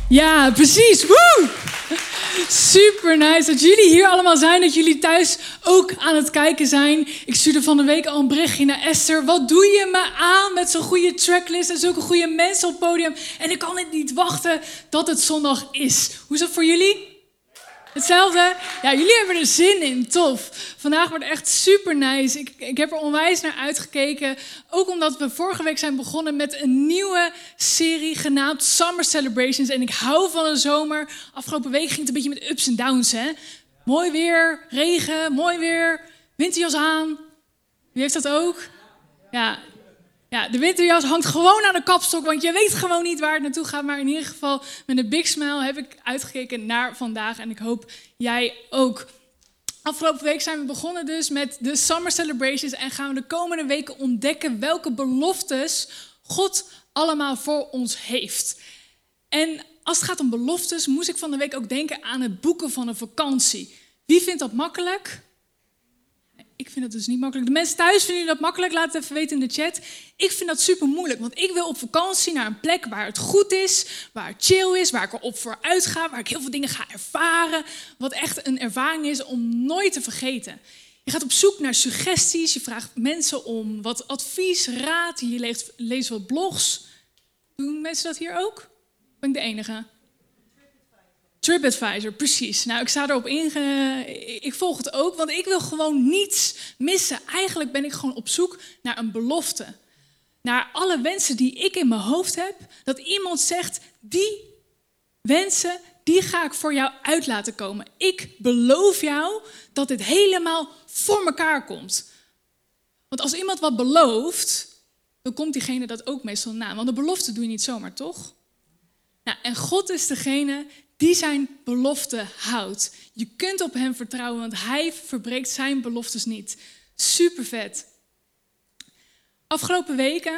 Ja, precies. Woe! Super nice dat jullie hier allemaal zijn. Dat jullie thuis ook aan het kijken zijn. Ik stuurde van de week al een berichtje naar Esther. Wat doe je me aan met zo'n goede tracklist en zulke goede mensen op het podium? En ik kan het niet wachten dat het zondag is. Hoe is dat voor jullie? Hetzelfde? Ja, jullie hebben er zin in. Tof. Vandaag wordt echt super nice. Ik heb er onwijs naar uitgekeken. Ook omdat we vorige week zijn begonnen met een nieuwe serie genaamd Summer Celebrations. En ik hou van de zomer. Afgelopen week ging het een beetje met ups en downs. Hè? Mooi weer, regen, mooi weer, winterjas aan. Wie heeft dat ook? Ja, de winterjas hangt gewoon aan de kapstok, want je weet gewoon niet waar het naartoe gaat. Maar in ieder geval, met een big smile heb ik uitgekeken naar vandaag en ik hoop jij ook. Afgelopen week zijn we begonnen dus met de Summer Celebrations en gaan we de komende weken ontdekken welke beloftes God allemaal voor ons heeft. En als het gaat om beloftes, moest ik van de week ook denken aan het boeken van een vakantie. Wie vindt dat makkelijk? Ik vind dat dus niet makkelijk. De mensen thuis vinden dat makkelijk. Laat het even weten in de chat. Ik vind dat super moeilijk. Want ik wil op vakantie naar een plek waar het goed is. Waar het chill is. Waar ik erop vooruit ga. Waar ik heel veel dingen ga ervaren. Wat echt een ervaring is om nooit te vergeten. Je gaat op zoek naar suggesties. Je vraagt mensen om wat advies, raad. Je leest wat blogs. Doen mensen dat hier ook? Ben ik de enige? TripAdvisor, precies. Nou, ik sta erop ik volg het ook, want ik wil gewoon niets missen. Eigenlijk ben ik gewoon op zoek naar een belofte. Naar alle wensen die ik in mijn hoofd heb. Dat iemand zegt, die wensen, die ga ik voor jou uit laten komen. Ik beloof jou dat dit helemaal voor elkaar komt. Want als iemand wat belooft, dan komt diegene dat ook meestal na. Want een belofte doe je niet zomaar, toch? Nou, en God is degene die zijn belofte houdt. Je kunt op hem vertrouwen, want hij verbreekt zijn beloftes niet. Super vet. Afgelopen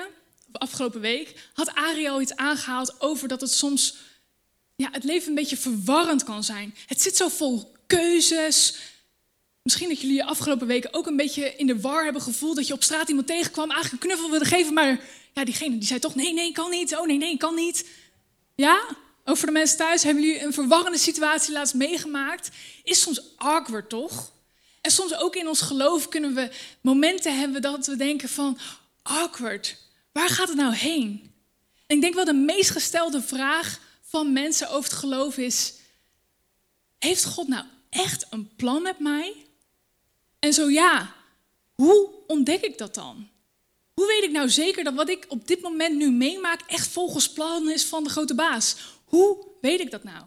week had Ariel iets aangehaald over dat het soms het leven een beetje verwarrend kan zijn. Het zit zo vol keuzes. Misschien dat jullie je afgelopen weken ook een beetje in de war hebben gevoeld. Dat je op straat iemand tegenkwam, eigenlijk een knuffel wilde geven. Maar diegene die zei toch nee, kan niet. Oh nee, kan niet. Ja? Ook voor de mensen thuis, hebben jullie een verwarrende situatie laatst meegemaakt? Is soms awkward, toch? En soms ook in ons geloof kunnen we momenten hebben dat we denken van, awkward, waar gaat het nou heen? En ik denk wel de meest gestelde vraag van mensen over het geloof is, heeft God nou echt een plan met mij? En zo ja, hoe ontdek ik dat dan? Hoe weet ik nou zeker dat wat ik op dit moment nu meemaak echt volgens plan is van de grote baas? Hoe weet ik dat nou?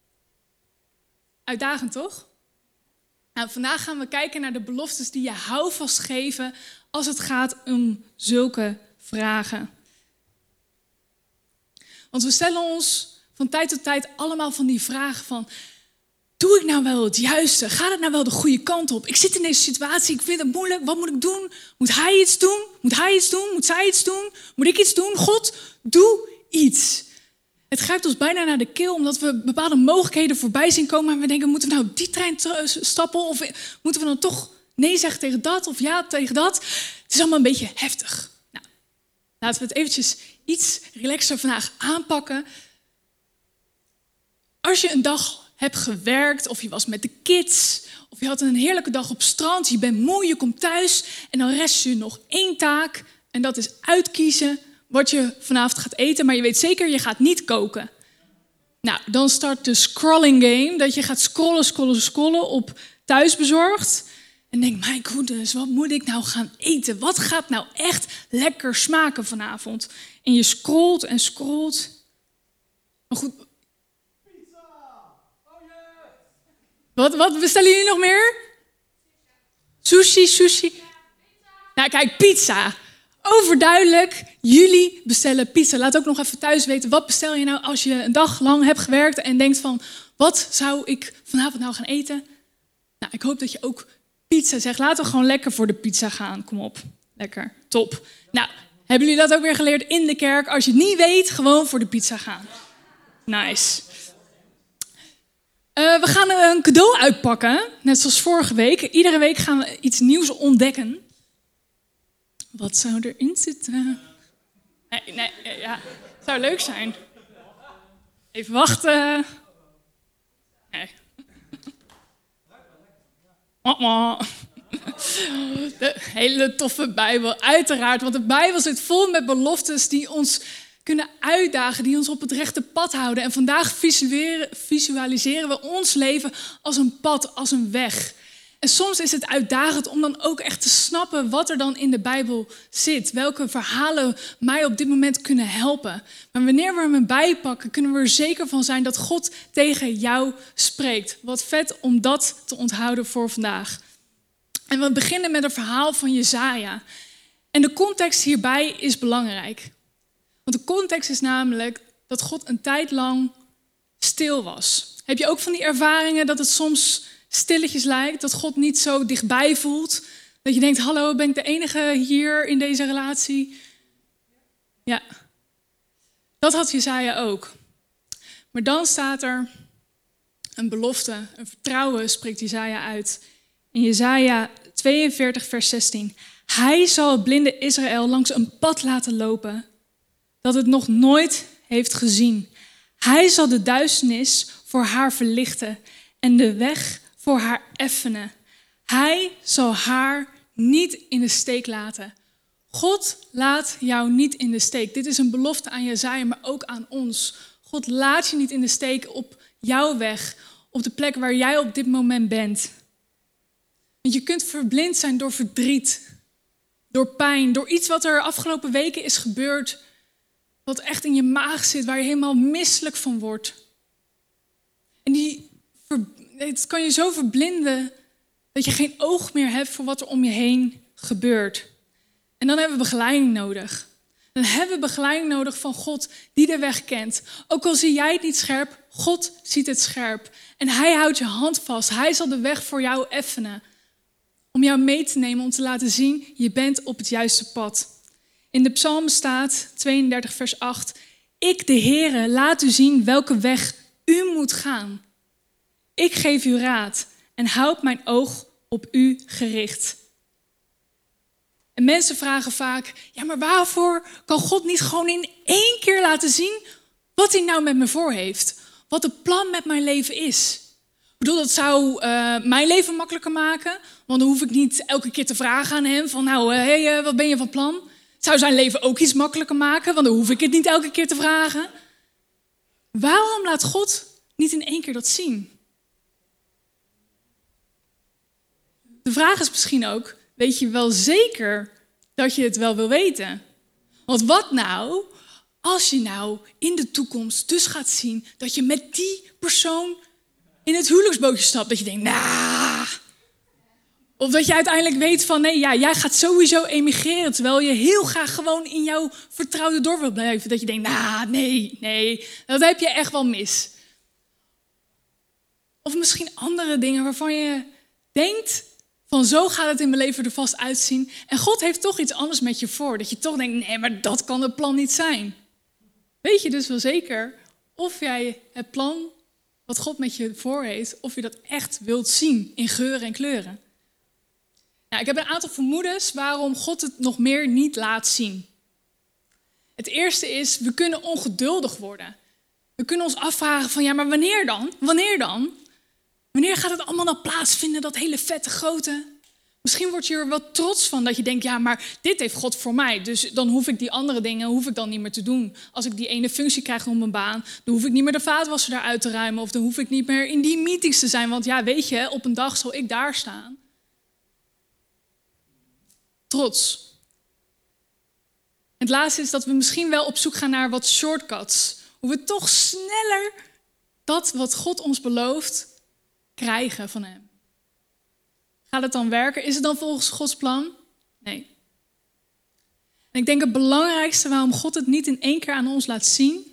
Uitdagend, toch? Nou, vandaag gaan we kijken naar de beloftes die je houvast geven als het gaat om zulke vragen. Want we stellen ons van tijd tot tijd allemaal van die vragen van, doe ik nou wel het juiste? Gaat het nou wel de goede kant op? Ik zit in deze situatie, ik vind het moeilijk. Wat moet ik doen? Moet hij iets doen? Moet hij iets doen? Moet zij iets doen? Moet ik iets doen? God, doe iets. Het grijpt ons bijna naar de keel, omdat we bepaalde mogelijkheden voorbij zien komen. En we denken, moeten we nou op die trein stappen? Of moeten we dan toch nee zeggen tegen dat? Of ja tegen dat? Het is allemaal een beetje heftig. Nou, laten we het eventjes iets relaxer vandaag aanpakken. Als je een dag hebt gewerkt, of je was met de kids, of je had een heerlijke dag op strand, je bent moe, je komt thuis en dan rest je nog 1 taak. En dat is uitkiezen wat je vanavond gaat eten, maar je weet zeker, je gaat niet koken. Nou, dan start de scrolling game, dat je gaat scrollen op thuisbezorgd. En denk, my goodness, wat moet ik nou gaan eten? Wat gaat nou echt lekker smaken vanavond? En je scrolt en scrolt. Maar goed. Pizza! Oh yeah! Wat bestellen jullie nog meer? Sushi. Nou, kijk, pizza. Overduidelijk, jullie bestellen pizza. Laat ook nog even thuis weten, wat bestel je nou als je een dag lang hebt gewerkt en denkt van, wat zou ik vanavond nou gaan eten? Nou, ik hoop dat je ook pizza zegt. Laten we gewoon lekker voor de pizza gaan. Kom op, lekker, top. Nou, hebben jullie dat ook weer geleerd in de kerk? Als je het niet weet, gewoon voor de pizza gaan. Nice. We gaan een cadeau uitpakken, net zoals vorige week. Iedere week gaan we iets nieuws ontdekken. Wat zou erin zitten? Nee, ja. Zou leuk zijn. Even wachten. Nee. De hele toffe Bijbel, uiteraard. Want de Bijbel zit vol met beloftes die ons kunnen uitdagen, die ons op het rechte pad houden. En vandaag visualiseren we ons leven als een pad, als een weg. En soms is het uitdagend om dan ook echt te snappen wat er dan in de Bijbel zit. Welke verhalen mij op dit moment kunnen helpen. Maar wanneer we hem erbij pakken, kunnen we er zeker van zijn dat God tegen jou spreekt. Wat vet om dat te onthouden voor vandaag. En we beginnen met een verhaal van Jesaja. En de context hierbij is belangrijk. Want de context is namelijk dat God een tijd lang stil was. Heb je ook van die ervaringen dat het soms stilletjes lijkt? Dat God niet zo dichtbij voelt? Dat je denkt, hallo, ben ik de enige hier in deze relatie? Ja, dat had Jesaja ook. Maar dan staat er een belofte, een vertrouwen spreekt Jesaja uit. In Jesaja 42 vers 16. Hij zal het blinde Israël langs een pad laten lopen dat het nog nooit heeft gezien. Hij zal de duisternis voor haar verlichten en de weg voor haar effenen. Hij zal haar niet in de steek laten. God laat jou niet in de steek. Dit is een belofte aan Jesaja, maar ook aan ons. God laat je niet in de steek op jouw weg, op de plek waar jij op dit moment bent. Want je kunt verblind zijn door verdriet, door pijn, door iets wat er afgelopen weken is gebeurd, wat echt in je maag zit, waar je helemaal misselijk van wordt. En het kan je zo verblinden dat je geen oog meer hebt voor wat er om je heen gebeurt. En dan hebben we begeleiding nodig. Dan hebben we begeleiding nodig van God die de weg kent. Ook al zie jij het niet scherp, God ziet het scherp. En hij houdt je hand vast. Hij zal de weg voor jou effenen. Om jou mee te nemen, om te laten zien, je bent op het juiste pad. In de psalm staat, 32 vers 8. Ik, de Heere, laat u zien welke weg u moet gaan. Ik geef u raad en houd mijn oog op u gericht. En mensen vragen vaak, ja, maar waarvoor kan God niet gewoon in één keer laten zien wat hij nou met me voor heeft? Wat het plan met mijn leven is? Ik bedoel, dat zou mijn leven makkelijker maken, want dan hoef ik niet elke keer te vragen aan hem van, nou, wat ben je van plan? Het zou zijn leven ook iets makkelijker maken, want dan hoef ik het niet elke keer te vragen. Waarom laat God niet in één keer dat zien? De vraag is misschien ook, weet je wel zeker dat je het wel wil weten? Want wat nou als je nou in de toekomst dus gaat zien dat je met die persoon in het huwelijksbootje stapt? Dat je denkt, nah. Of dat je uiteindelijk weet van, nee, ja, jij gaat sowieso emigreren, terwijl je heel graag gewoon in jouw vertrouwde dorp wil blijven. Dat je denkt, nee, dat heb je echt wel mis. Of misschien andere dingen waarvan je denkt, van zo gaat het in mijn leven er vast uitzien. En God heeft toch iets anders met je voor. Dat je toch denkt, nee, maar dat kan het plan niet zijn. Weet je dus wel zeker of jij het plan wat God met je voor heeft, of je dat echt wilt zien in geuren en kleuren. Nou, ik heb een aantal vermoedens waarom God het nog meer niet laat zien. Het eerste is, we kunnen ongeduldig worden. We kunnen ons afvragen van, ja, maar wanneer dan? Wanneer dan? Wanneer gaat het allemaal nou plaatsvinden, dat hele vette grote? Misschien word je er wel trots van dat je denkt, ja, maar dit heeft God voor mij. Dus dan hoef ik die andere dingen dan niet meer te doen. Als ik die ene functie krijg op mijn baan, dan hoef ik niet meer de vaatwasser daaruit te ruimen. Of dan hoef ik niet meer in die meetings te zijn. Want ja, weet je, op een dag zal ik daar staan. Trots. Het laatste is dat we misschien wel op zoek gaan naar wat shortcuts. Hoe we toch sneller dat wat God ons belooft krijgen van hem. Gaat het dan werken? Is het dan volgens Gods plan? Nee. En ik denk het belangrijkste waarom God het niet in één keer aan ons laat zien,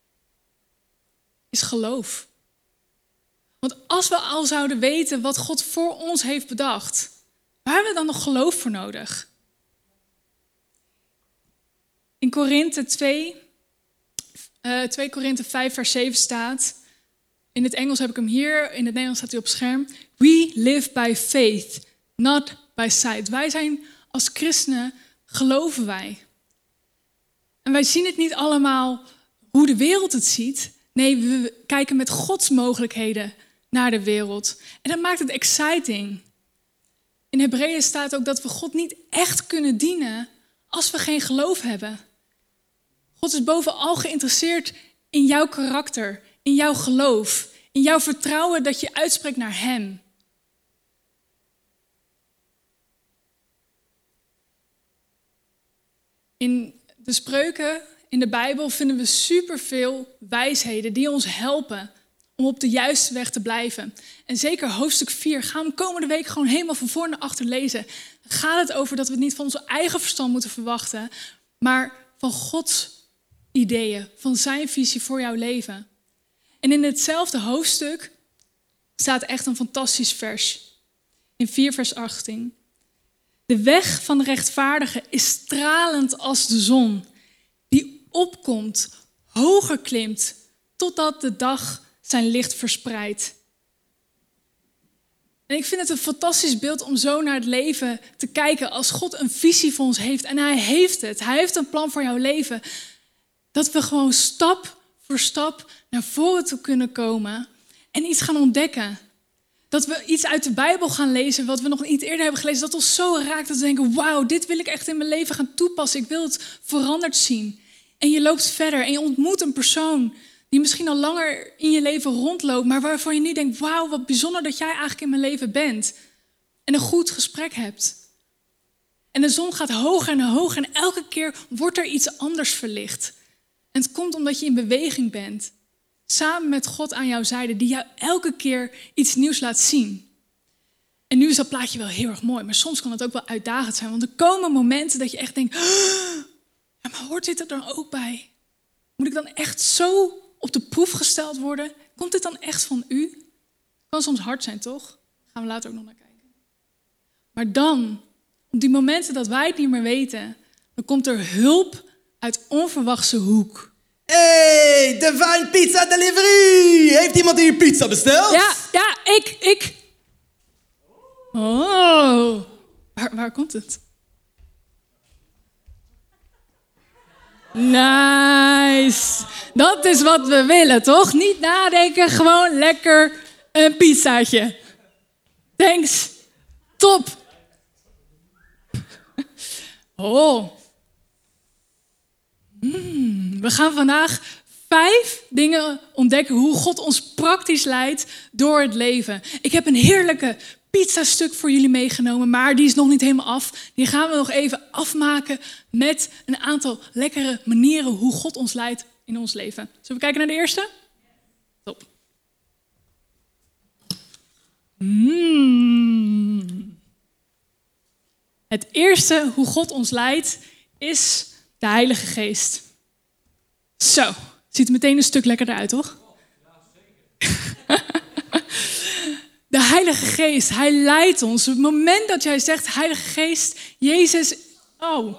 is geloof. Want als we al zouden weten wat God voor ons heeft bedacht, waar hebben we dan nog geloof voor nodig? In Korinthe 2 Korinthe 5 vers 7 staat, in het Engels heb ik hem hier, in het Nederlands staat hij op het scherm. We live by faith, not by sight. Wij zijn als christenen, geloven wij. En wij zien het niet allemaal hoe de wereld het ziet. Nee, we kijken met Gods mogelijkheden naar de wereld. En dat maakt het exciting. In Hebreeën staat ook dat we God niet echt kunnen dienen als we geen geloof hebben. God is bovenal geïnteresseerd in jouw karakter, in jouw geloof, in jouw vertrouwen dat je uitspreekt naar Hem. In de spreuken in de Bijbel vinden we superveel wijsheden die ons helpen om op de juiste weg te blijven. En zeker hoofdstuk 4 gaan we komende week gewoon helemaal van voor naar achter lezen. Dan gaat het over dat we het niet van onze eigen verstand moeten verwachten, maar van Gods ideeën, van zijn visie voor jouw leven. En in hetzelfde hoofdstuk staat echt een fantastisch vers. In 4 vers 18. De weg van de rechtvaardige is stralend als de zon, die opkomt, hoger klimt, totdat de dag zijn licht verspreidt. En ik vind het een fantastisch beeld om zo naar het leven te kijken als God een visie voor ons heeft. En hij heeft het. Hij heeft een plan voor jouw leven. Dat we gewoon stap voor stap naar voren toe kunnen komen en iets gaan ontdekken. Dat we iets uit de Bijbel gaan lezen wat we nog niet eerder hebben gelezen. Dat ons zo raakt dat we denken, wauw, dit wil ik echt in mijn leven gaan toepassen. Ik wil het veranderd zien. En je loopt verder en je ontmoet een persoon die misschien al langer in je leven rondloopt, maar waarvan je nu denkt, wauw, wat bijzonder dat jij eigenlijk in mijn leven bent. En een goed gesprek hebt. En de zon gaat hoger en hoger en elke keer wordt er iets anders verlicht. En het komt omdat je in beweging bent. Samen met God aan jouw zijde, die jou elke keer iets nieuws laat zien. En nu is dat plaatje wel heel erg mooi, maar soms kan het ook wel uitdagend zijn. Want er komen momenten dat je echt denkt, ja, maar hoort dit er dan ook bij? Moet ik dan echt zo op de proef gesteld worden? Komt dit dan echt van u? Het kan soms hard zijn, toch? Daar gaan we later ook nog naar kijken. Maar dan, op die momenten dat wij het niet meer weten, dan komt er hulp uit onverwachte hoek. Hey, Divine Pizza Delivery! Heeft iemand hier pizza besteld? Ja, ik. Oh, waar komt het? Nice. Dat is wat we willen, toch? Niet nadenken, gewoon lekker een pizzaatje. Thanks. Top. Oh. We gaan vandaag 5 dingen ontdekken hoe God ons praktisch leidt door het leven. Ik heb een heerlijke pizzastuk voor jullie meegenomen, maar die is nog niet helemaal af. Die gaan we nog even afmaken met een aantal lekkere manieren hoe God ons leidt in ons leven. Zullen we kijken naar de eerste? Top. Het eerste hoe God ons leidt is de Heilige Geest. Zo, ziet er meteen een stuk lekkerder uit, toch? De Heilige Geest, hij leidt ons. Op het moment dat jij zegt, Heilige Geest, Jezus... Oh.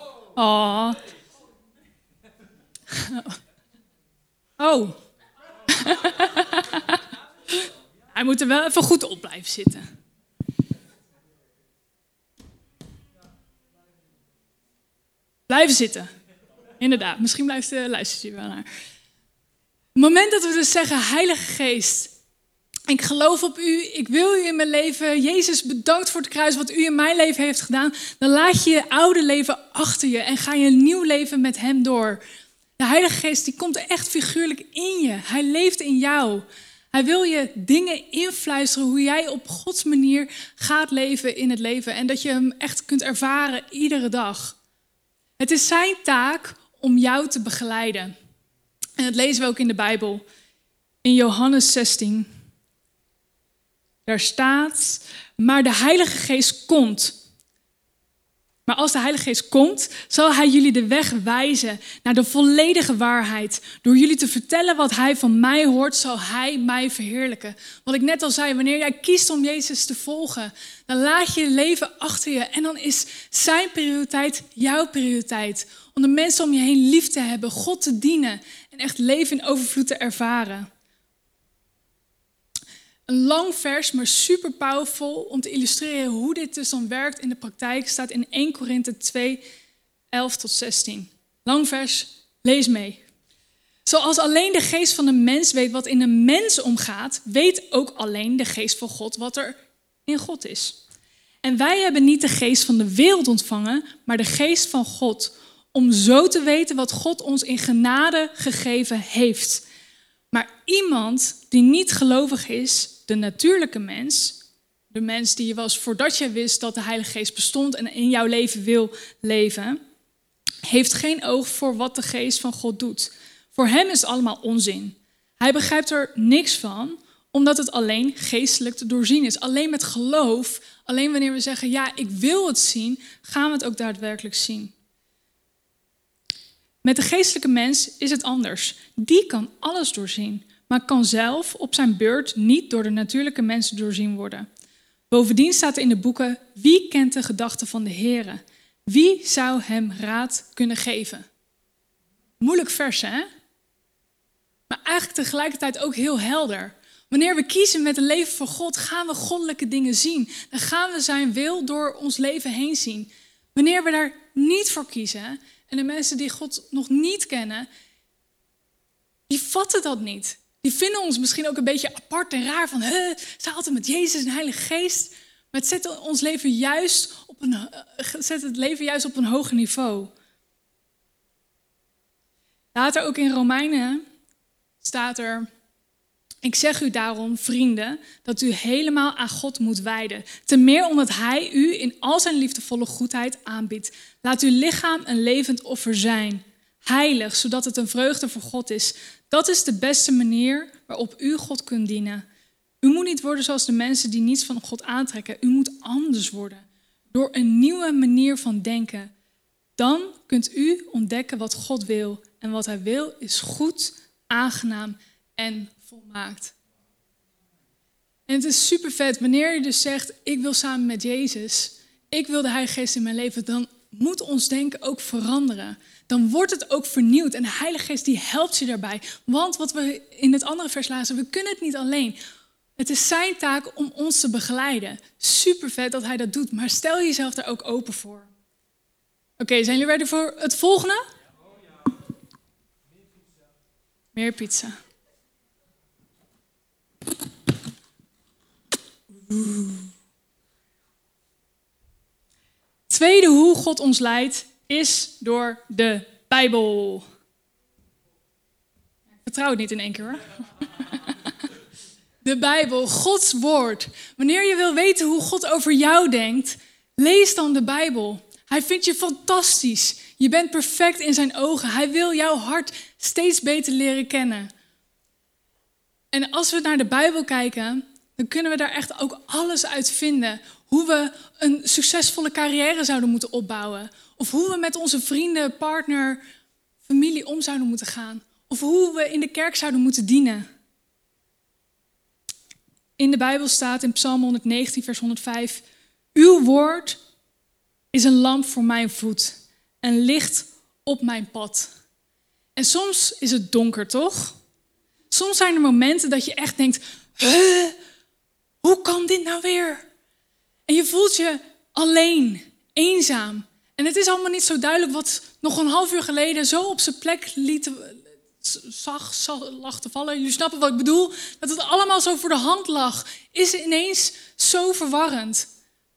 Hij moet er wel even goed op blijven zitten. Blijven zitten. Inderdaad, misschien luistert u wel naar. Het moment dat we dus zeggen, Heilige Geest, ik geloof op u, ik wil u in mijn leven. Jezus, bedankt voor het kruis wat u in mijn leven heeft gedaan. Dan laat je je oude leven achter je en ga je een nieuw leven met hem door. De Heilige Geest die komt echt figuurlijk in je. Hij leeft in jou. Hij wil je dingen influisteren hoe jij op Gods manier gaat leven in het leven. En dat je hem echt kunt ervaren iedere dag. Het is zijn taak om jou te begeleiden. En dat lezen we ook in de Bijbel. In Johannes 16. Daar staat, maar de Heilige Geest komt. Maar als de Heilige Geest komt, zal hij jullie de weg wijzen naar de volledige waarheid. Door jullie te vertellen wat hij van mij hoort, zal hij mij verheerlijken. Wat ik net al zei, wanneer jij kiest om Jezus te volgen, dan laat je je leven achter je. En dan is zijn prioriteit jouw prioriteit. Om de mensen om je heen lief te hebben, God te dienen en echt leven in overvloed te ervaren. Een lang vers, maar super powerful om te illustreren hoe dit dus dan werkt in de praktijk, staat in 1 Korinthe 2, 11 tot 16. Lang vers, lees mee. Zoals alleen de geest van de mens weet wat in een mens omgaat, weet ook alleen de geest van God wat er in God is. En wij hebben niet de geest van de wereld ontvangen, maar de geest van God, om zo te weten wat God ons in genade gegeven heeft. Maar iemand die niet gelovig is, de natuurlijke mens, de mens die je was voordat je wist dat de Heilige Geest bestond en in jouw leven wil leven, heeft geen oog voor wat de geest van God doet. Voor hem is het allemaal onzin. Hij begrijpt er niks van, omdat het alleen geestelijk te doorzien is. Alleen met geloof, alleen wanneer we zeggen, ja, ik wil het zien, gaan we het ook daadwerkelijk zien. Met de geestelijke mens is het anders. Die kan alles doorzien, maar kan zelf op zijn beurt niet door de natuurlijke mensen doorzien worden. Bovendien staat er in de boeken, wie kent de gedachten van de Heere? Wie zou hem raad kunnen geven? Moeilijk vers, hè? Maar eigenlijk tegelijkertijd ook heel helder. Wanneer we kiezen met een leven voor God, gaan we goddelijke dingen zien. Dan gaan we zijn wil door ons leven heen zien. Wanneer we daar niet voor kiezen, en de mensen die God nog niet kennen, die vatten dat niet. Die vinden ons misschien ook een beetje apart en raar van, ze altijd met Jezus en Heilige Geest. Maar het zet ons leven juist op een hoger niveau. Later ook in Romeinen staat er, ik zeg u daarom, vrienden, dat u helemaal aan God moet wijden. Ten meer omdat hij u in al zijn liefdevolle goedheid aanbiedt. Laat uw lichaam een levend offer zijn, heilig, zodat het een vreugde voor God is. Dat is de beste manier waarop u God kunt dienen. U moet niet worden zoals de mensen die niets van God aantrekken. U moet anders worden, door een nieuwe manier van denken. Dan kunt u ontdekken wat God wil. En wat hij wil is goed, aangenaam en volmaakt. En het is super vet, wanneer je dus zegt, ik wil samen met Jezus, ik wil de Heilige Geest in mijn leven, dan moet ons denken ook veranderen. Dan wordt het ook vernieuwd en de Heilige Geest die helpt je daarbij. Want wat we in het andere vers lazen, we kunnen het niet alleen. Het is zijn taak om ons te begeleiden. Super vet dat hij dat doet, maar stel jezelf daar ook open voor. Oké, zijn jullie ready voor het volgende? Meer pizza. Tweede hoe God ons leidt is door de Bijbel. Ik vertrouw het niet in één keer hoor. De Bijbel, Gods woord. Wanneer je wil weten hoe God over jou denkt, lees dan de Bijbel. Hij vindt je fantastisch. Je bent perfect in zijn ogen. Hij wil jouw hart steeds beter leren kennen. En als we naar de Bijbel kijken, dan kunnen we daar echt ook alles uit vinden. Hoe we een succesvolle carrière zouden moeten opbouwen. Of hoe we met onze vrienden, partner, familie om zouden moeten gaan. Of hoe we in de kerk zouden moeten dienen. In de Bijbel staat in Psalm 119, vers 105... Uw woord is een lamp voor mijn voet en licht op mijn pad. En soms is het donker, toch? Soms zijn er momenten dat je echt denkt, hoe kan dit nou weer? En je voelt je alleen, eenzaam. En het is allemaal niet zo duidelijk wat nog een half uur geleden zo op zijn plek lag te vallen. Jullie snappen wat ik bedoel? Dat het allemaal zo voor de hand lag, is ineens zo verwarrend.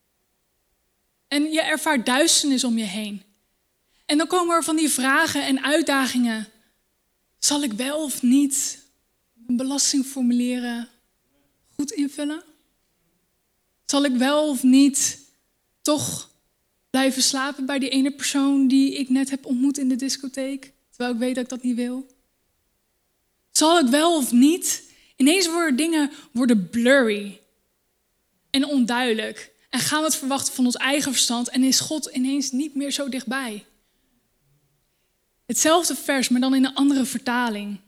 En je ervaart duisternis om je heen. En dan komen er van die vragen en uitdagingen. Zal ik wel of niet mijn belastingformulieren goed invullen? Zal ik wel of niet toch blijven slapen bij die ene persoon die ik net heb ontmoet in de discotheek? Terwijl ik weet dat ik dat niet wil. Zal ik wel of niet? Ineens worden dingen blurry en onduidelijk. En gaan we het verwachten van ons eigen verstand en is God ineens niet meer zo dichtbij. Hetzelfde vers, maar dan in een andere vertaling.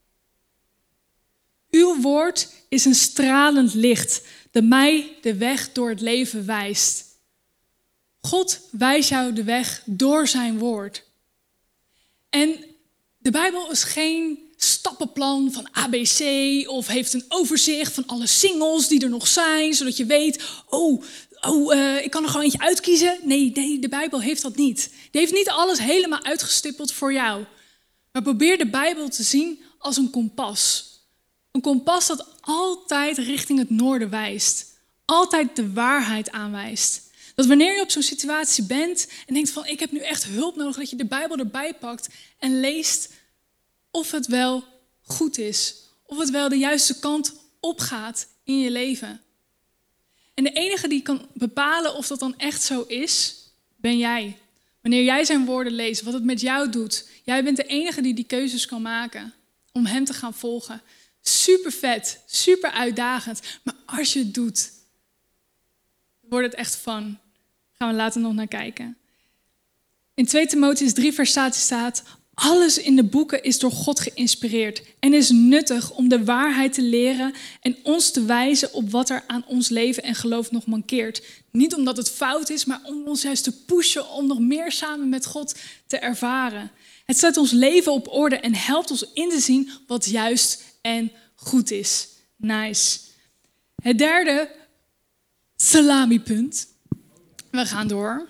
Uw woord is een stralend licht dat mij de weg door het leven wijst. God wijst jou de weg door zijn woord. En de Bijbel is geen stappenplan van ABC of heeft een overzicht van alle singles die er nog zijn, zodat je weet, ik kan er gewoon eentje uitkiezen. Nee, de Bijbel heeft dat niet. Die heeft niet alles helemaal uitgestippeld voor jou. Maar probeer de Bijbel te zien als een kompas. Een kompas dat altijd richting het noorden wijst. Altijd de waarheid aanwijst. Dat wanneer je op zo'n situatie bent en denkt van ik heb nu echt hulp nodig, dat je de Bijbel erbij pakt en leest of het wel goed is. Of het wel de juiste kant opgaat in je leven. En de enige die kan bepalen of dat dan echt zo is, ben jij. Wanneer jij zijn woorden leest, wat het met jou doet. Jij bent de enige die die keuzes kan maken om hem te gaan volgen. Super vet, super uitdagend. Maar als je het doet, wordt het echt fun. Gaan we later nog naar kijken. In 2 Timotheüs 3 vers 8 staat: alles in de boeken is door God geïnspireerd en is nuttig om de waarheid te leren en ons te wijzen op wat er aan ons leven en geloof nog mankeert. Niet omdat het fout is, maar om ons juist te pushen om nog meer samen met God te ervaren. Het zet ons leven op orde en helpt ons in te zien wat juist en goed is. Nice. Het derde salamipunt, we gaan door,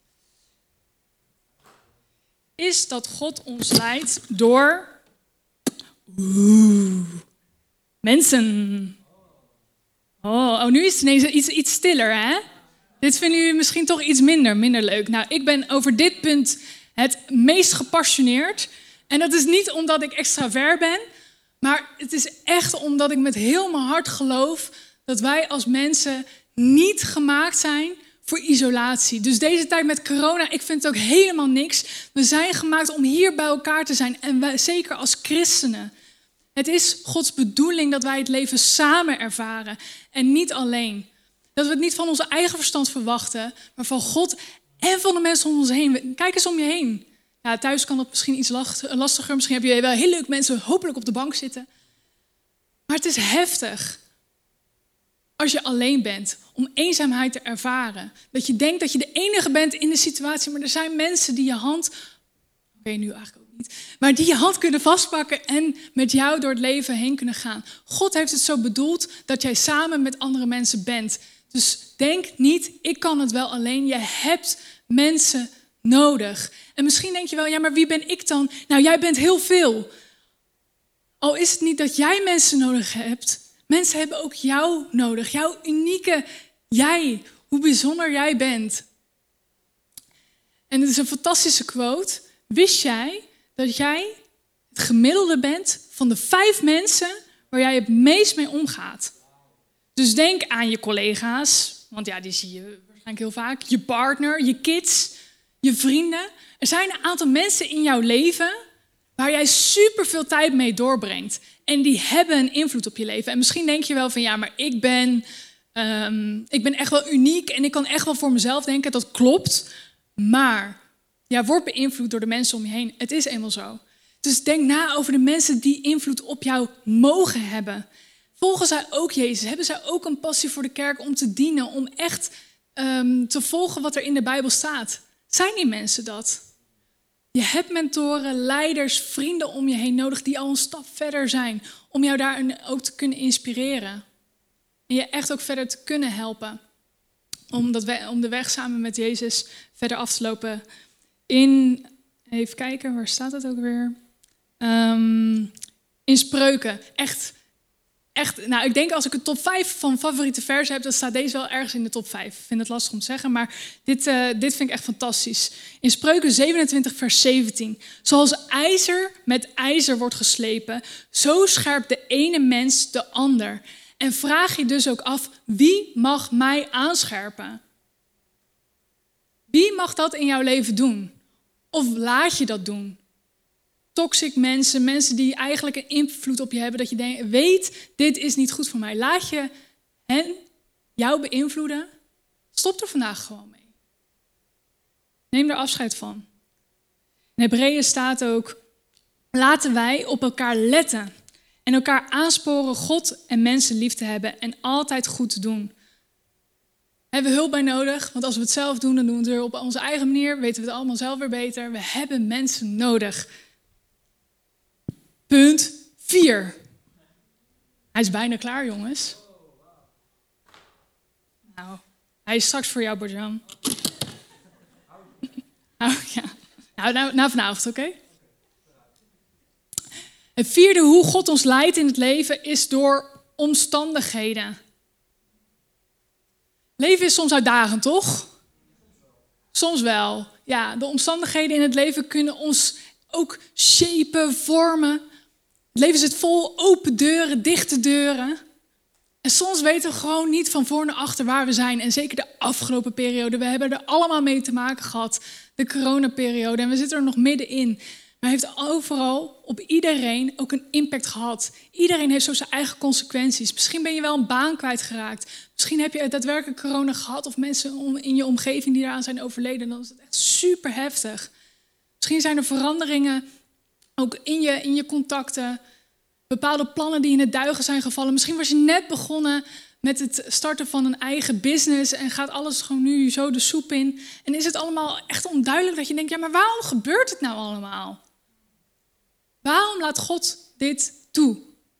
is dat God ons leidt door mensen. Oh, nu is het ineens iets stiller, hè? Dit vinden jullie misschien toch iets minder leuk. Nou, ik ben over dit punt het meest gepassioneerd. En dat is niet omdat ik extravert ben, maar het is echt omdat ik met heel mijn hart geloof dat wij als mensen niet gemaakt zijn voor isolatie. Dus deze tijd met corona, ik vind het ook helemaal niks. We zijn gemaakt om hier bij elkaar te zijn. En wij, zeker als christenen. Het is Gods bedoeling dat wij het leven samen ervaren. En niet alleen. Dat we het niet van onze eigen verstand verwachten, maar van God en van de mensen om ons heen. Kijk eens om je heen. Ja, thuis kan dat misschien iets lastiger. Misschien heb je wel heel leuk mensen hopelijk op de bank zitten. Maar het is heftig als je alleen bent, om eenzaamheid te ervaren. Dat je denkt dat je de enige bent in de situatie, maar er zijn mensen die je hand, nu eigenlijk ook niet, maar die je hand kunnen vastpakken en met jou door het leven heen kunnen gaan. God heeft het zo bedoeld dat jij samen met andere mensen bent. Dus denk niet, ik kan het wel alleen. Je hebt mensen nodig. En misschien denk je wel, ja, maar wie ben ik dan? Nou, jij bent heel veel. Al is het niet dat jij mensen nodig hebt, mensen hebben ook jou nodig. Jouw unieke jij. Hoe bijzonder jij bent. En het is een fantastische quote. Wist jij dat jij het gemiddelde bent van de 5 mensen waar jij het meest mee omgaat? Dus denk aan je collega's. Want ja, die zie je waarschijnlijk heel vaak. Je partner, je kids, je vrienden. Er zijn een aantal mensen in jouw leven waar jij superveel tijd mee doorbrengt. En die hebben een invloed op je leven. En misschien denk je wel van ja, maar ik ben echt wel uniek en ik kan echt wel voor mezelf denken. Dat klopt. Maar ja, word beïnvloed door de mensen om je heen. Het is eenmaal zo. Dus denk na over de mensen die invloed op jou mogen hebben. Volgen zij ook Jezus? Hebben zij ook een passie voor de kerk om te dienen? Om echt te volgen wat er in de Bijbel staat? Zijn die mensen dat? Je hebt mentoren, leiders, vrienden om je heen nodig die al een stap verder zijn. Om jou daar ook te kunnen inspireren. En je echt ook verder te kunnen helpen. Om de weg samen met Jezus verder af te lopen. Even kijken, waar staat het ook weer? In Spreuken. Echt, nou, ik denk als ik een top 5 van favoriete versen heb, dan staat deze wel ergens in de top 5. Ik vind het lastig om te zeggen, maar dit vind ik echt fantastisch. In Spreuken 27 vers 17. Zoals ijzer met ijzer wordt geslepen, zo scherpt de ene mens de ander. En vraag je dus ook af, wie mag mij aanscherpen? Wie mag dat in jouw leven doen? Of laat je dat doen? Toxic mensen, mensen die eigenlijk een invloed op je hebben, dat je denkt, weet, dit is niet goed voor mij. Laat je jou beïnvloeden? Stop er vandaag gewoon mee. Neem er afscheid van. In Hebreeën staat ook, laten wij op elkaar letten en elkaar aansporen God en mensen lief te hebben en altijd goed te doen. Hebben we hulp bij nodig? Want als we het zelf doen, dan doen we het weer op onze eigen manier. Weten we het allemaal zelf weer beter. We hebben mensen nodig. Punt 4. Hij is bijna klaar, jongens. Nou, hij is straks voor jou, Bart-Jan. Nou, ja. Nou, vanavond, oké? Het vierde, hoe God ons leidt in het leven, is door omstandigheden. Leven is soms uitdagend, toch? Soms wel. Ja, de omstandigheden in het leven kunnen ons ook shapen, vormen. Het leven zit vol open deuren, dichte deuren. En soms weten we gewoon niet van voor naar achter waar we zijn. En zeker de afgelopen periode. We hebben er allemaal mee te maken gehad. De coronaperiode. En we zitten er nog middenin. Maar heeft overal op iedereen ook een impact gehad. Iedereen heeft zo zijn eigen consequenties. Misschien ben je wel een baan kwijtgeraakt. Misschien heb je daadwerkelijk corona gehad. Of mensen in je omgeving die eraan zijn overleden. Dan is het echt super heftig. Misschien zijn er veranderingen ook in je contacten. Bepaalde plannen die in het duigen zijn gevallen. Misschien was je net begonnen met het starten van een eigen business. En gaat alles gewoon nu zo de soep in. En is het allemaal echt onduidelijk dat je denkt, ja, maar waarom gebeurt het nou allemaal? Waarom laat God dit toe?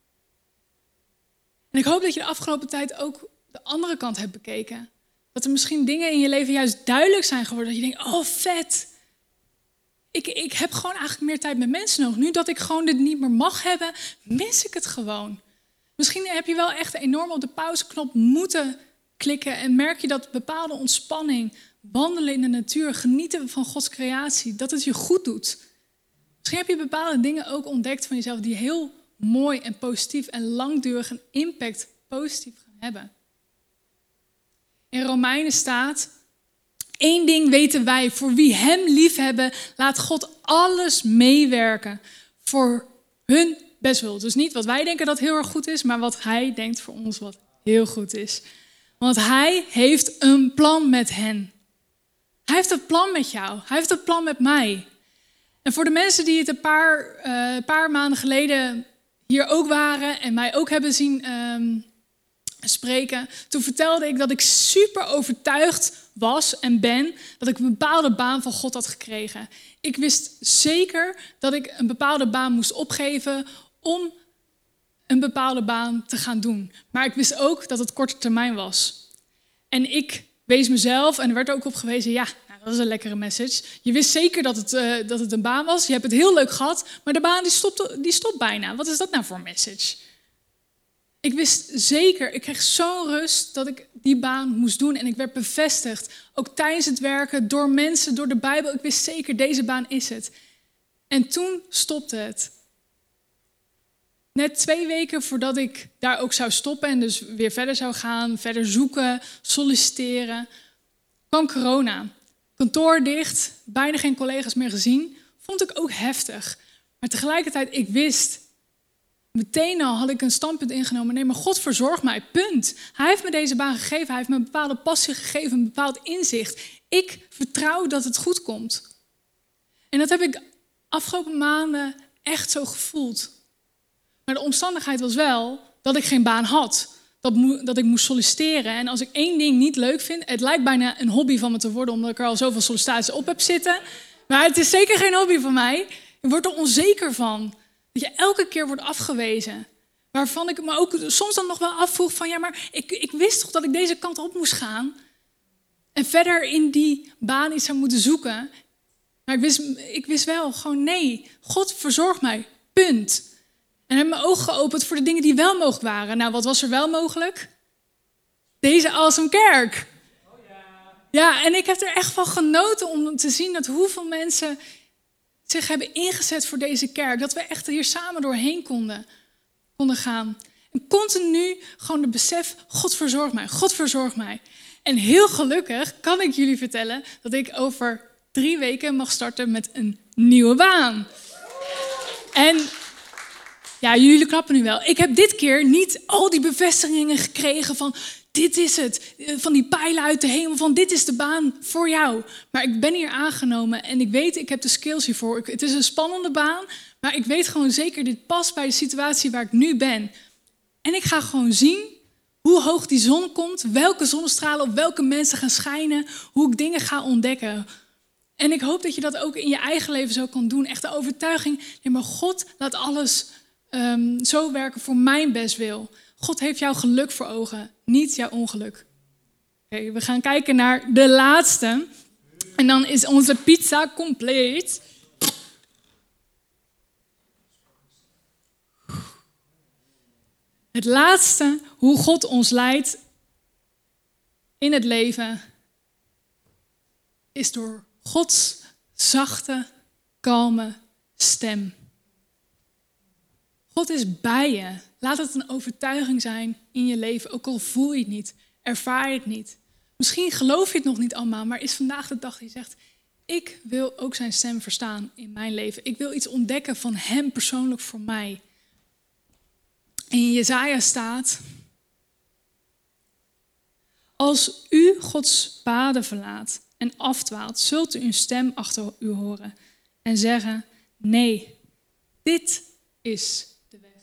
En ik hoop dat je de afgelopen tijd ook de andere kant hebt bekeken. Dat er misschien dingen in je leven juist duidelijk zijn geworden. Dat je denkt, oh vet. Ik heb gewoon eigenlijk meer tijd met mensen nodig. Nu dat ik gewoon dit niet meer mag hebben, mis ik het gewoon. Misschien heb je wel echt enorm op de pauzeknop moeten klikken. En merk je dat bepaalde ontspanning, wandelen in de natuur, genieten van Gods creatie, dat het je goed doet. Misschien heb je bepaalde dingen ook ontdekt van jezelf die heel mooi en positief en langdurig een impact positief gaan hebben. In Romeinen staat: 1 ding weten wij, voor wie hem liefhebben, laat God alles meewerken voor hun bestwil. Dus niet wat wij denken dat heel erg goed is, maar wat hij denkt voor ons wat heel goed is. Want hij heeft een plan met hen. Hij heeft een plan met jou. Hij heeft een plan met mij. En voor de mensen die het een paar maanden geleden hier ook waren en mij ook hebben zien spreken, toen vertelde ik dat ik super overtuigd was en ben dat ik een bepaalde baan van God had gekregen. Ik wist zeker dat ik een bepaalde baan moest opgeven om een bepaalde baan te gaan doen. Maar ik wist ook dat het korte termijn was. En ik wees mezelf, en er werd ook op gewezen, ja, nou, dat is een lekkere message. Je wist zeker dat het een baan was. Je hebt het heel leuk gehad, maar de baan die stopt bijna. Wat is dat nou voor een message? Ik wist zeker, ik kreeg zo'n rust dat ik die baan moest doen. En ik werd bevestigd, ook tijdens het werken, door mensen, door de Bijbel. Ik wist zeker, deze baan is het. En toen stopte het. Net 2 weken voordat ik daar ook zou stoppen en dus weer verder zou gaan, verder zoeken, solliciteren, kwam corona. Kantoor dicht, bijna geen collega's meer gezien. Vond ik ook heftig. Maar tegelijkertijd, ik wist, meteen al had ik een standpunt ingenomen. Nee, maar God verzorgt mij, punt. Hij heeft me deze baan gegeven. Hij heeft me een bepaalde passie gegeven, een bepaald inzicht. Ik vertrouw dat het goed komt. En dat heb ik afgelopen maanden echt zo gevoeld. Maar de omstandigheid was wel dat ik geen baan had. Dat ik moest solliciteren. En als ik 1 ding niet leuk vind, het lijkt bijna een hobby van me te worden, omdat ik er al zoveel sollicitaties op heb zitten. Maar het is zeker geen hobby van mij. Ik word er onzeker van. Dat je elke keer wordt afgewezen. Waarvan ik me ook soms dan nog wel afvroeg van, ja, maar ik wist toch dat ik deze kant op moest gaan. En verder in die baan iets zou moeten zoeken. Maar ik wist wel gewoon, nee, God verzorgt mij, punt. En heb mijn ogen geopend voor de dingen die wel mogelijk waren. Nou, wat was er wel mogelijk? Deze awesome kerk. Ja, en ik heb er echt van genoten om te zien dat hoeveel mensen zich hebben ingezet voor deze kerk. Dat we echt hier samen doorheen konden gaan. En continu gewoon het besef, God verzorgt mij, God verzorgt mij. En heel gelukkig kan ik jullie vertellen dat ik over 3 weken mag starten met een nieuwe baan. En ja, jullie klappen nu wel. Ik heb dit keer niet al die bevestigingen gekregen van dit is het. Van die pijlen uit de hemel van dit is de baan voor jou. Maar ik ben hier aangenomen en ik weet, ik heb de skills hiervoor. Het is een spannende baan, maar ik weet gewoon zeker, dit past bij de situatie waar ik nu ben. En ik ga gewoon zien hoe hoog die zon komt, welke zonnestralen op welke mensen gaan schijnen, hoe ik dingen ga ontdekken. En ik hoop dat je dat ook in je eigen leven zo kan doen. Echt de overtuiging, nee, maar God laat alles zo werken voor mijn bestwil. God heeft jouw geluk voor ogen, niet jouw ongeluk. Oké, we gaan kijken naar de laatste. En dan is onze pizza compleet. Het laatste, hoe God ons leidt in het leven, is door Gods zachte, kalme stem. God is bij je. Laat het een overtuiging zijn in je leven, ook al voel je het niet, ervaar je het niet. Misschien geloof je het nog niet allemaal, maar is vandaag de dag dat je zegt, ik wil ook zijn stem verstaan in mijn leven. Ik wil iets ontdekken van hem persoonlijk voor mij. En in Jesaja staat, als u Gods paden verlaat en afdwaalt, zult u een stem achter u horen en zeggen, nee, dit is de weg.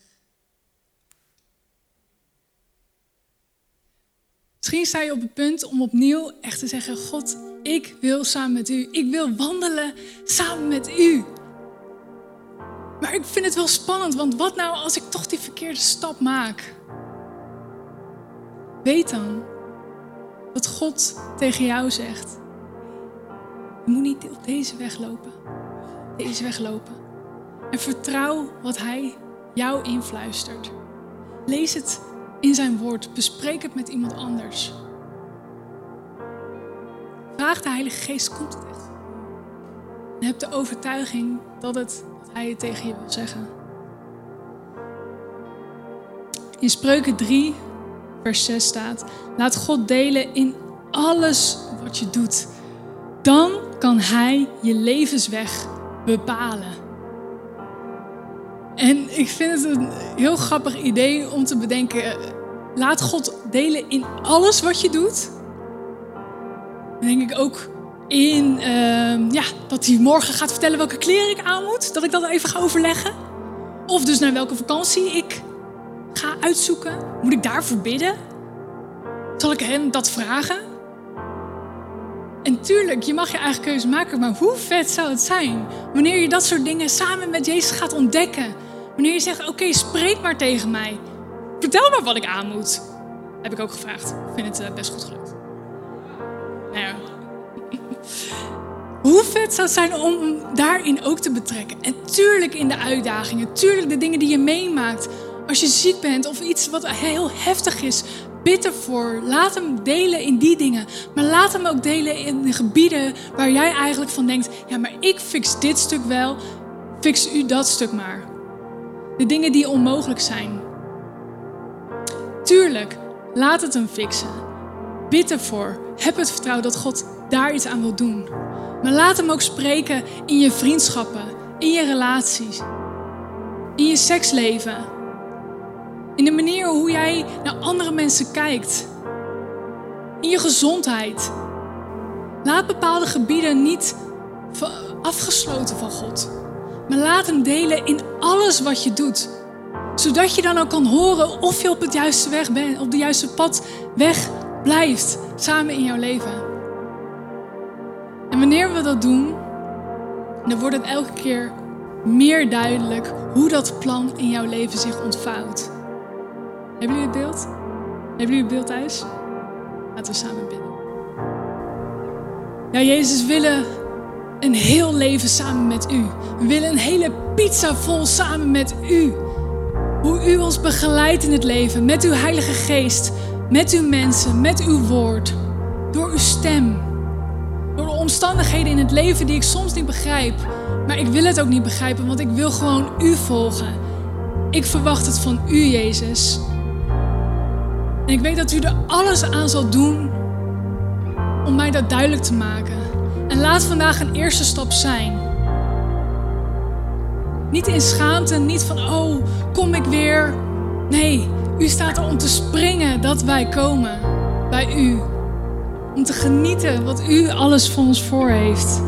Misschien sta je op het punt om opnieuw echt te zeggen, God, ik wil samen met u. Ik wil wandelen samen met u. Maar ik vind het wel spannend, want wat nou als ik toch die verkeerde stap maak? Weet dan dat God tegen jou zegt, je moet niet op deze weg lopen. Deze weg lopen. En vertrouw wat hij jou influistert. Lees het in zijn woord. Bespreek het met iemand anders. Vraag de Heilige Geest, komt het echt? En heb de overtuiging dat hij het tegen je wil zeggen. In Spreuken 3, vers 6 staat, laat God delen in alles wat je doet. Dan kan hij je levensweg bepalen. En ik vind het een heel grappig idee om te bedenken, laat God delen in alles wat je doet. Dan denk ik ook in dat hij morgen gaat vertellen welke kleren ik aan moet. Dat ik dat even ga overleggen. Of dus naar welke vakantie ik ga uitzoeken. Moet ik daarvoor bidden? Zal ik hem dat vragen? En tuurlijk, je mag je eigen keuze maken. Maar hoe vet zou het zijn wanneer je dat soort dingen samen met Jezus gaat ontdekken. Wanneer je zegt, oké, spreek maar tegen mij. Vertel maar wat ik aan moet. Heb ik ook gevraagd. Ik vind het best goed gelukt. Nou ja. Hoe vet zou het zijn om daarin ook te betrekken. En tuurlijk in de uitdagingen. Tuurlijk de dingen die je meemaakt. Als je ziek bent of iets wat heel heftig is. Bid ervoor. Laat hem delen in die dingen. Maar laat hem ook delen in de gebieden waar jij eigenlijk van denkt. Ja, maar ik fix dit stuk wel. Fix u dat stuk maar. De dingen die onmogelijk zijn. Tuurlijk, laat het hem fixen. Bid ervoor. Heb het vertrouwen dat God daar iets aan wil doen. Maar laat hem ook spreken in je vriendschappen. In je relaties. In je seksleven. In de manier hoe jij naar andere mensen kijkt. In je gezondheid. Laat bepaalde gebieden niet afgesloten van God. Maar laat hem delen in alles wat je doet. Zodat je dan ook kan horen of je op het juiste weg bent. Op de juiste pad weg blijft. Samen in jouw leven. En wanneer we dat doen. Dan wordt het elke keer meer duidelijk hoe dat plan in jouw leven zich ontvouwt. Hebben jullie het beeld? Hebben jullie het beeld thuis? Laten we samen bidden. Ja, Jezus, we willen een heel leven samen met u. We willen een hele pizza vol samen met u. Hoe u ons begeleidt in het leven. Met uw Heilige Geest. Met uw mensen. Met uw woord. Door uw stem. Door de omstandigheden in het leven die ik soms niet begrijp. Maar ik wil het ook niet begrijpen, want ik wil gewoon u volgen. Ik verwacht het van u, Jezus. En ik weet dat u er alles aan zal doen om mij dat duidelijk te maken. En laat vandaag een eerste stap zijn. Niet in schaamte, niet van, oh, kom ik weer. Nee, u staat er om te springen dat wij komen bij u. Om te genieten wat u alles voor ons voor heeft.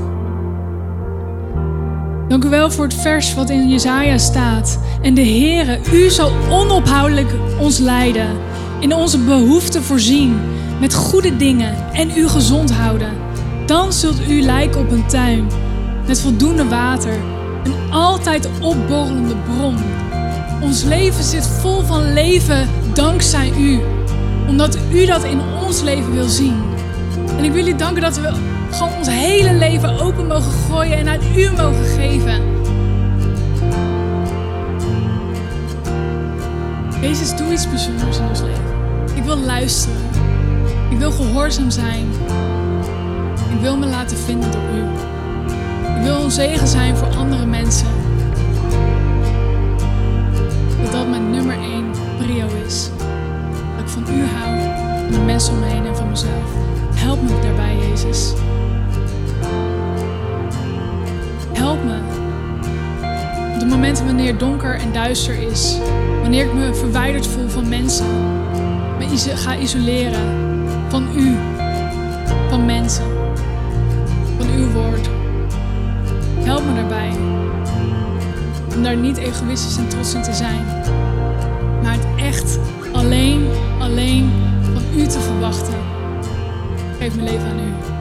Dank u wel voor het vers wat in Jesaja staat. En de Heere, u zal onophoudelijk ons leiden. In onze behoeften voorzien. Met goede dingen en u gezond houden. Dan zult u lijken op een tuin. Met voldoende water. Een altijd opborrelende bron. Ons leven zit vol van leven dankzij u. Omdat u dat in ons leven wil zien. En ik wil u danken dat we gewoon ons hele leven open mogen gooien en aan u mogen geven. Jezus, doe iets bijzonders in ons leven. Ik wil luisteren. Ik wil gehoorzaam zijn. Ik wil me laten vinden door u. Ik wil een zegen zijn voor andere mensen. Dat mijn nummer 1 prio is. Dat ik van u hou, van de mensen om me heen en van mezelf. Help me daarbij, Jezus. Help me. Op de momenten wanneer het donker en duister is. Wanneer ik me verwijderd voel van mensen. Me ga isoleren. Van u. Van mensen. Van uw woord. Help me daarbij. Om daar niet egoïstisch en trots in te zijn. Maar het echt alleen van u te verwachten. Geef mijn leven aan u.